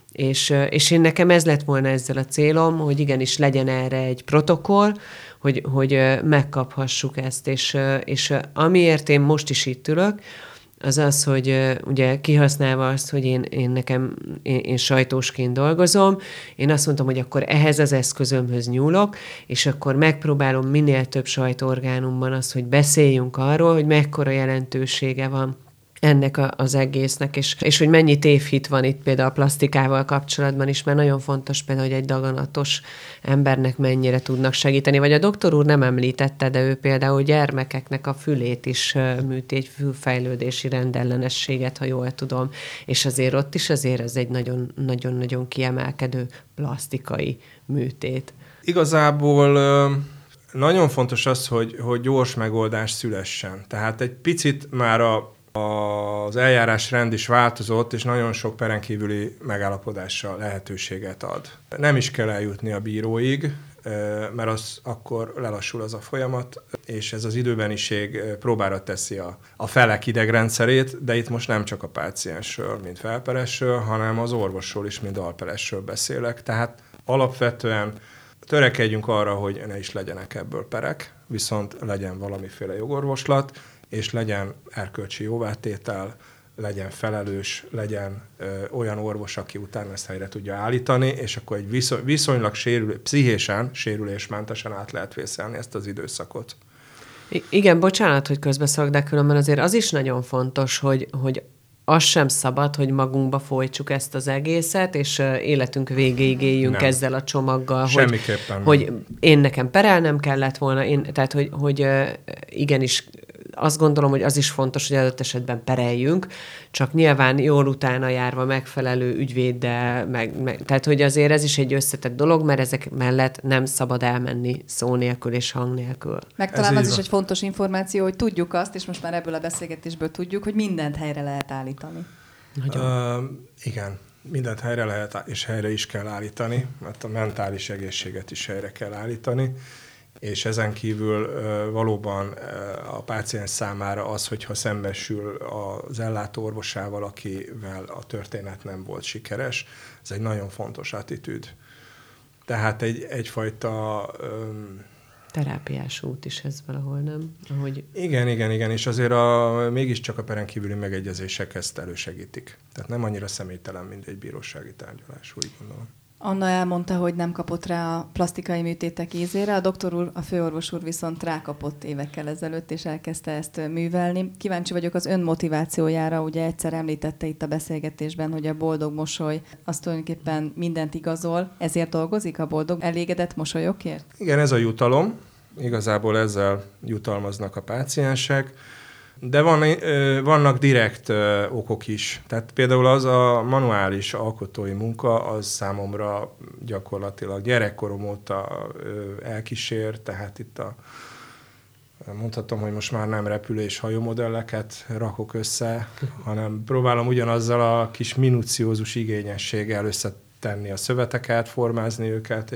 és én nekem ez lett volna ezzel a célom, hogy igenis legyen erre egy protokoll, hogy megkaphassuk ezt, és amiért én most is itt ülök, az, hogy ugye kihasználva azt, hogy én sajtósként dolgozom, én azt mondtam, hogy akkor ehhez az eszközömhöz nyúlok, és akkor megpróbálom minél több sajtóorgánumban azt, hogy beszéljünk arról, hogy mekkora jelentősége van ennek az egésznek, és hogy mennyi tévhit van itt például a plasztikával kapcsolatban is, mert nagyon fontos például, hogy egy daganatos embernek mennyire tudnak segíteni. Vagy a doktor úr nem említette, de ő például gyermekeknek a fülét is műti, egy fülfejlődési rendellenességet, ha jól tudom, és azért ott is azért ez egy nagyon-nagyon kiemelkedő plasztikai műtét. Igazából nagyon fontos az, hogy gyors megoldás szülessen. Tehát egy picit már az eljárásrend is változott, és nagyon sok perenkívüli megállapodással lehetőséget ad. Nem is kell eljutni a bíróig, mert akkor lelassul az a folyamat, és ez az időbeniség próbára teszi a felek idegrendszerét, de itt most nem csak a páciensről, mint felperesről, hanem az orvosról is, mint alperesről beszélek. Tehát alapvetően törekedjünk arra, hogy ne is legyenek ebből perek, viszont legyen valamiféle jogorvoslat, és legyen erkölcsi jóvátétel, legyen felelős, legyen olyan orvos, aki utána ezt helyre tudja állítani, és akkor egy viszonylag pszichésen, sérülésmentesen át lehet vészelni ezt az időszakot. Igen, bocsánat, hogy közbeszólok, de különben azért az is nagyon fontos, hogy az sem szabad, hogy magunkba folytsuk ezt az egészet, és életünk végéig éljünk ezzel a csomaggal, hogy én nekem perelnem kellett volna, tehát hogy igenis azt gondolom, hogy az is fontos, hogy adott esetben pereljünk, csak nyilván jól utána járva megfelelő ügyvéddel, tehát hogy azért ez is egy összetett dolog, mert ezek mellett nem szabad elmenni szó nélkül és hang nélkül. Meg talán az is egy fontos információ, hogy tudjuk azt, és most már ebből a beszélgetésből tudjuk, hogy mindent helyre lehet állítani. Igen, mindent helyre lehet, és helyre is kell állítani, mert a mentális egészséget is helyre kell állítani, és ezen kívül valóban a páciens számára az, hogyha szembesül az ellátó orvosával, akivel a történet nem volt sikeres, ez egy nagyon fontos attitűd. Tehát egyfajta Terápiás út is ez valahol, nem? Ahogy... Igen, és azért mégiscsak a peren kívüli megegyezések ezt elősegítik. Tehát nem annyira személytelen, mint egy bírósági tárgyalás, úgy gondolom. Anna elmondta, hogy nem kapott rá a plasztikai műtétek ízére, a doktor úr, a főorvos úr viszont rákapott évekkel ezelőtt, és elkezdte ezt művelni. Kíváncsi vagyok az ön motivációjára, ugye egyszer említette itt a beszélgetésben, hogy a boldog mosoly az tulajdonképpen mindent igazol, ezért dolgozik a boldog, elégedett mosolyokért? Igen, ez a jutalom, igazából ezzel jutalmaznak a páciensek, de vannak direkt okok is. Tehát például az a manuális alkotói munka, az számomra gyakorlatilag gyerekkorom óta elkísér, tehát itt mondhatom, hogy most már nem repülő- és hajómodelleket rakok össze, hanem próbálom ugyanazzal a kis minuciózus igényességgel összetenni a szöveteket, formázni őket,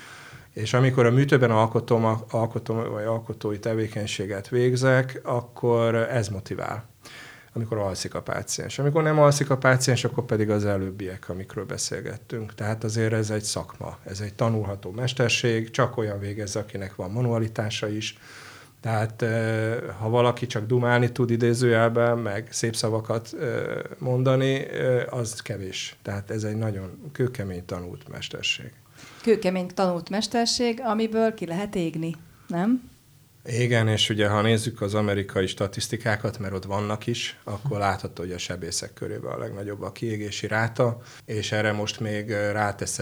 és amikor a műtőben alkotom vagy alkotói tevékenységet végzek, akkor ez motivál, amikor alszik a páciens. Amikor nem alszik a páciens, akkor pedig az előbbiek, amikről beszélgettünk. Tehát azért ez egy szakma, ez egy tanulható mesterség, csak olyan végez, akinek van manualitása is. Tehát ha valaki csak dumálni tud idézőjelben, meg szép szavakat mondani, az kevés. Tehát ez egy nagyon kőkemény tanult mesterség. Kőkemény tanult mesterség, amiből ki lehet égni, nem? Igen, és ugye ha nézzük az amerikai statisztikákat, mert ott vannak is, akkor látható, hogy a sebészek körében a legnagyobb a kiégési ráta, és erre most még rátesz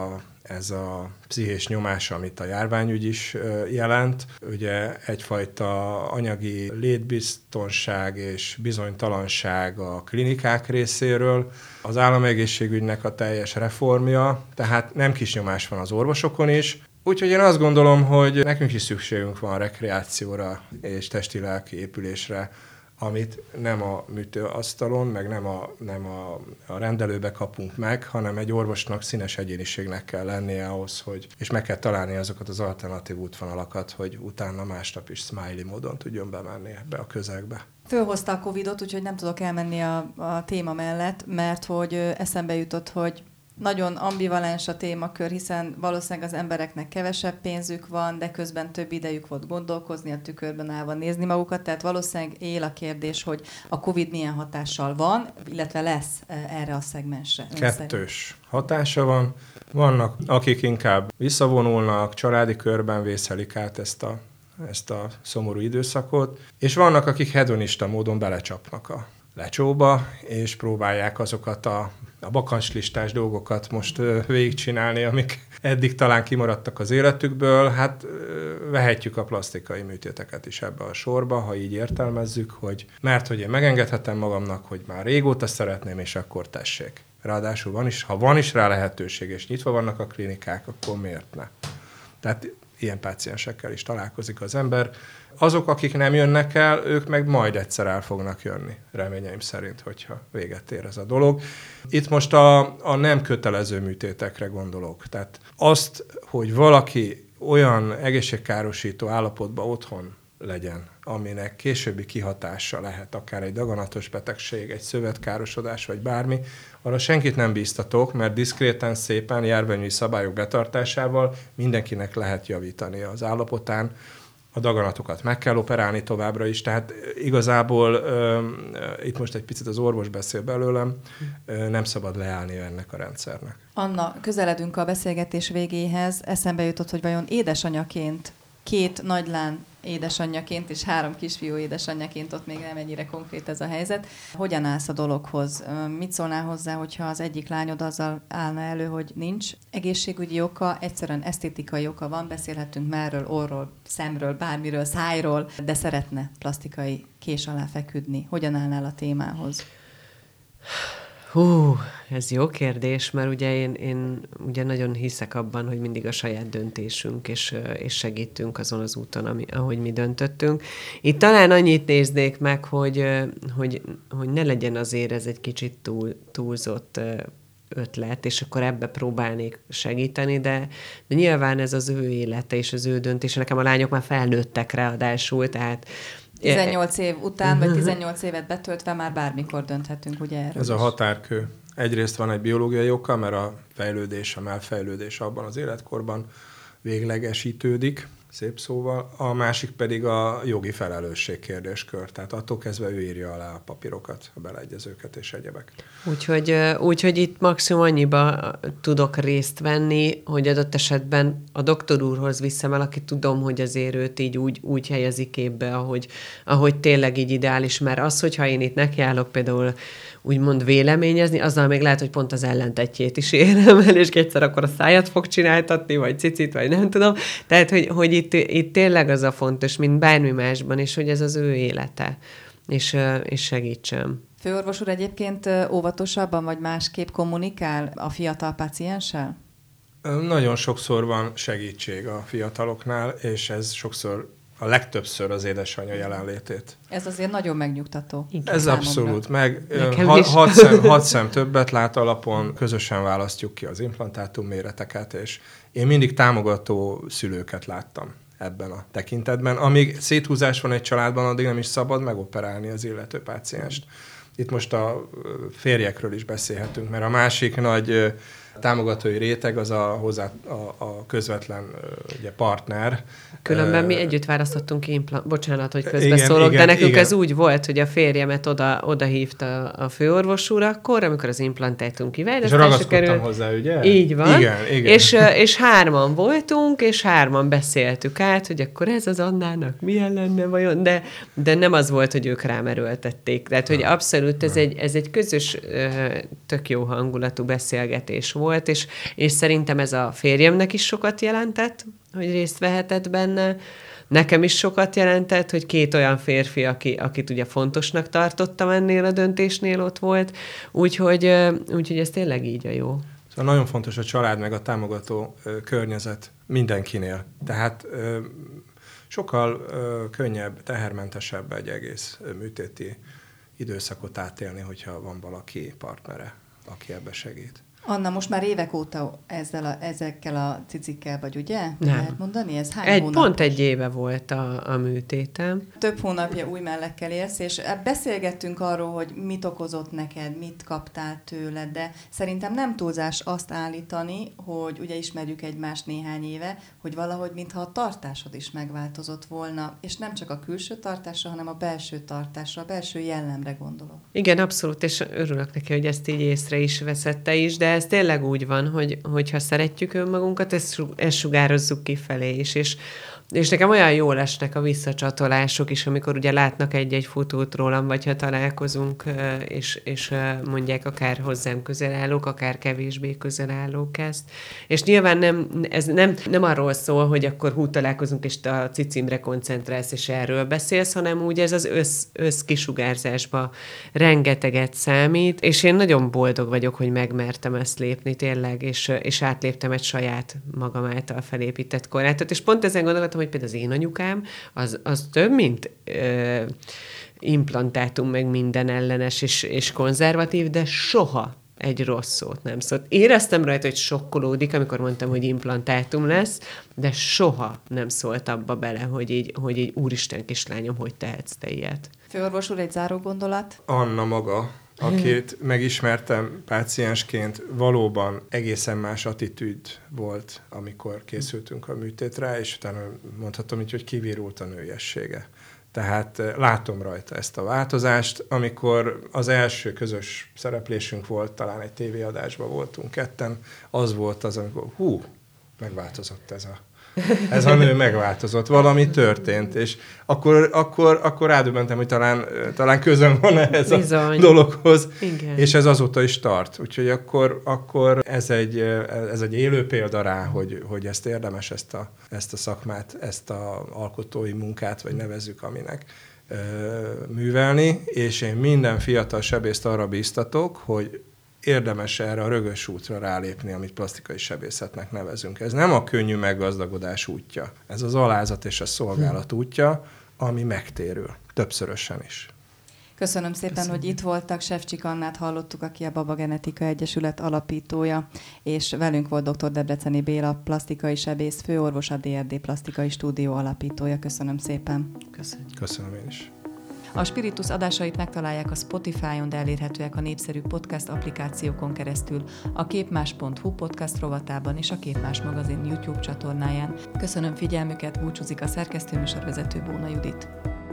ez a pszichés nyomás, amit a járványügy is jelent. Ugye egyfajta anyagi létbiztonság és bizonytalanság a klinikák részéről, az államegészségügynek a teljes reformja, tehát nem kis nyomás van az orvosokon is. Úgyhogy én azt gondolom, hogy nekünk is szükségünk van rekreációra és testi-lelki épülésre, amit nem a műtőasztalon, meg nem a rendelőbe kapunk meg, hanem egy orvosnak színes egyéniségnek kell lennie ahhoz, és meg kell találni azokat az alternatív útvonalakat, hogy utána másnap is smiley módon tudjon bemenni ebbe a közegbe. Fölhozta a Covidot, úgyhogy nem tudok elmenni a téma mellett, mert hogy eszembe jutott, hogy nagyon ambivalens a témakör, hiszen valószínűleg az embereknek kevesebb pénzük van, de közben több idejük volt gondolkozni, a tükörben állva nézni magukat, tehát valószínűleg él a kérdés, hogy a Covid milyen hatással van, illetve lesz erre a szegmensre. Kettős hatása van. Vannak, akik inkább visszavonulnak, családi körben vészelik át ezt a szomorú időszakot, és vannak, akik hedonista módon belecsapnak a lecsóba, és próbálják azokat a bakancslistás dolgokat most végigcsinálni, amik eddig talán kimaradtak az életükből. Hát vehetjük a plasztikai műtéteket is ebbe a sorba, ha így értelmezzük, hogy mert hogy én megengedhetem magamnak, hogy már régóta szeretném, és akkor tessék. Ráadásul ha van is rá lehetőség, és nyitva vannak a klinikák, akkor miért ne? Tehát ilyen páciensekkel is találkozik az ember. Azok, akik nem jönnek el, ők meg majd egyszer el fognak jönni, reményeim szerint, hogyha véget ér ez a dolog. Itt most a nem kötelező műtétekre gondolok. Tehát azt, hogy valaki olyan egészségkárosító állapotban otthon legyen, aminek későbbi kihatása lehet, akár egy daganatos betegség, egy szövetkárosodás, vagy bármi, arra senkit nem bíztatok, mert diszkréten, szépen, járványügyi szabályok betartásával mindenkinek lehet javítani az állapotán. A daganatokat meg kell operálni továbbra is, tehát igazából itt most egy picit az orvos beszél belőlem, nem szabad leállni ennek a rendszernek. Anna, közeledünk a beszélgetés végéhez. Eszembe jutott, hogy vajon édesanyaként, 2 nagylán édesanyjaként és 3 kisfiú édesanyjaként, ott még nem ennyire konkrét ez a helyzet. Hogyan állsz a dologhoz? Mit szólnál hozzá, hogyha az egyik lányod azzal állna elő, hogy nincs egészségügyi oka, egyszerűen esztétikai oka van, beszélhetünk merről, orról, szemről, bármiről, szájról, de szeretne plasztikai kés alá feküdni. Hogyan állnál a témához? Ez jó kérdés, mert ugye én ugye nagyon hiszek abban, hogy mindig a saját döntésünk, és segítünk azon az úton, ahogy mi döntöttünk. Itt talán annyit néznék meg, hogy ne legyen azért ez egy kicsit túlzott ötlet, és akkor ebbe próbálnék segíteni, de nyilván ez az ő élete és az ő döntése. Nekem a lányok már felnőttek ráadásul, tehát 18 év után, vagy 18 évet betöltve már bármikor dönthetünk, ugye erről Ez a határkő. Egyrészt van egy biológiai oka, mert a melfejlődés abban az életkorban véglegesítődik. szép szóval, a másik pedig a jogi felelősség kérdéskör. Tehát attól kezdve ő írja alá a papírokat, a beleegyezőket és egyebek. Úgyhogy itt maximum annyiba tudok részt venni, hogy adott esetben a doktor úrhoz viszem el, aki tudom, hogy azért őt így úgy helyezik képbe, ahogy tényleg így ideális, mert az, hogyha én itt nekiállok például úgymond véleményezni, azzal még lehet, hogy pont az ellentetjét is érem el, és egyszer akkor a szájat fog csináltatni, vagy cicit, vagy nem tudom. Tehát, hogy itt tényleg az a fontos, mint bármi másban, és hogy ez az ő élete, és segítsem. Főorvos úr egyébként óvatosabban vagy másképp kommunikál a fiatal pácienssel? Nagyon sokszor van segítség a fiataloknál, és ez sokszor a legtöbbször az édesanyja jelenlétét. Ez azért nagyon megnyugtató. Igen, ez számomra. Abszolút. Meg 6 szem többet lát alapon, közösen választjuk ki az implantátum méreteket, és én mindig támogató szülőket láttam ebben a tekintetben. Amíg széthúzás van egy családban, addig nem is szabad megoperálni az illető pácienst. Itt most a férjekről is beszélhetünk, mert a másik nagy támogatói réteg az a közvetlen ugye, partner. Különben mi együtt választottunk ki bocsánat, hogy közbeszólok, de nekünk ez úgy volt, hogy a férjemet oda hívta a főorvos úr akkor, amikor az implantátum kiválasztásra került. És ragaszkodtam hozzá, ugye? Így van. Igen. És 3-an voltunk, és 3-an beszéltük át, hogy akkor ez az Annának milyen lenne vajon, de nem az volt, hogy ők rám erőltették. Tehát, hogy abszolút ez egy közös, tök jó hangulatú beszélgetés volt, és szerintem ez a férjemnek is sokat jelentett, hogy részt vehetett benne. Nekem is sokat jelentett, hogy 2 olyan férfi, akit ugye fontosnak tartottam ennél a döntésnél ott volt, úgyhogy ez tényleg így a jó. Szóval nagyon fontos a család meg a támogató környezet mindenkinél. Tehát sokkal könnyebb, tehermentesebb egy egész műtéti időszakot átélni, hogyha van valaki partnere, aki ebbe segít. Anna, most már évek óta ezekkel a cicikkel vagy, ugye? Nem. Lehet mondani? Ez hány hónap? Pont egy éve volt a műtétem. Több hónapja új mellekkel élsz, és beszélgettünk arról, hogy mit okozott neked, mit kaptál tőle, de szerintem nem túlzás azt állítani, hogy ugye ismerjük egymást néhány éve, hogy valahogy mintha a tartásod is megváltozott volna, és nem csak a külső tartásra, hanem a belső tartásra, a belső jellemre gondolok. Igen, abszolút, és örülök neki, hogy ezt így észre is veszette is, de ez tényleg úgy van, hogy ha szeretjük önmagunkat, ezt sugározzuk kifelé is, és nekem olyan jól esnek a visszacsatolások is, amikor ugye látnak egy-egy futót rólam, vagy ha találkozunk, és mondják akár hozzám közel állók, akár kevésbé közel állók ezt. És nyilván ez nem arról szól, hogy akkor találkozunk, és te a cicimre koncentrálsz, és erről beszélsz, hanem úgy ez az összkisugárzásba rengeteget számít, és én nagyon boldog vagyok, hogy megmertem ezt lépni tényleg, és átléptem egy saját magam által felépített korlátot, és pont ezen gondoltam, hogy például az én anyukám, az több, mint implantátum, meg minden ellenes és konzervatív, de soha egy rossz szót nem szólt. Éreztem rajta, hogy sokkolódik, amikor mondtam, hogy implantátum lesz, de soha nem szólt abba bele, hogy így úristen kislányom, hogy tehetsz te ilyet. Főorvos úr, egy záró gondolat? Anna maga, akit megismertem páciensként, valóban egészen más attitűd volt, amikor készültünk a műtétre, és utána mondhatom így, hogy kivirult a nőiessége. Tehát látom rajta ezt a változást. Amikor az első közös szereplésünk volt, talán egy tévéadásban voltunk ketten, az volt az, amikor megváltozott ez a nő megváltozott, valami történt, és akkor rádöbbentem, hogy talán közön van ehhez a dologhoz, igen. És ez azóta is tart. Úgyhogy akkor ez egy élő példa rá, hogy ezt érdemes, ezt a szakmát, ezt a alkotói munkát, vagy nevezzük aminek, művelni, és én minden fiatal sebészt arra bíztatok, hogy érdemes erre a rögös útra rálépni, amit plastikai sebészetnek nevezünk. Ez nem a könnyű meggazdagodás útja. Ez az alázat és a szolgálat útja, ami megtérül. Többszörösen is. Köszönöm szépen, hogy itt voltak. Sefcsik Annát hallottuk, aki a Baba Genetika Egyesület alapítója, és velünk volt dr. Debreceni Béla, plastikai sebész, főorvos, a DRD Plastikai Stúdió alapítója. Köszönöm szépen. Köszönöm én is. A Spiritus adásait megtalálják a Spotify-on, de elérhetőek a népszerű podcast applikációkon keresztül, a képmás.hu podcast rovatában és a Képmás magazin YouTube csatornáján. Köszönöm figyelmüket, búcsúzik a szerkesztőműsorvezető Bóna Judit.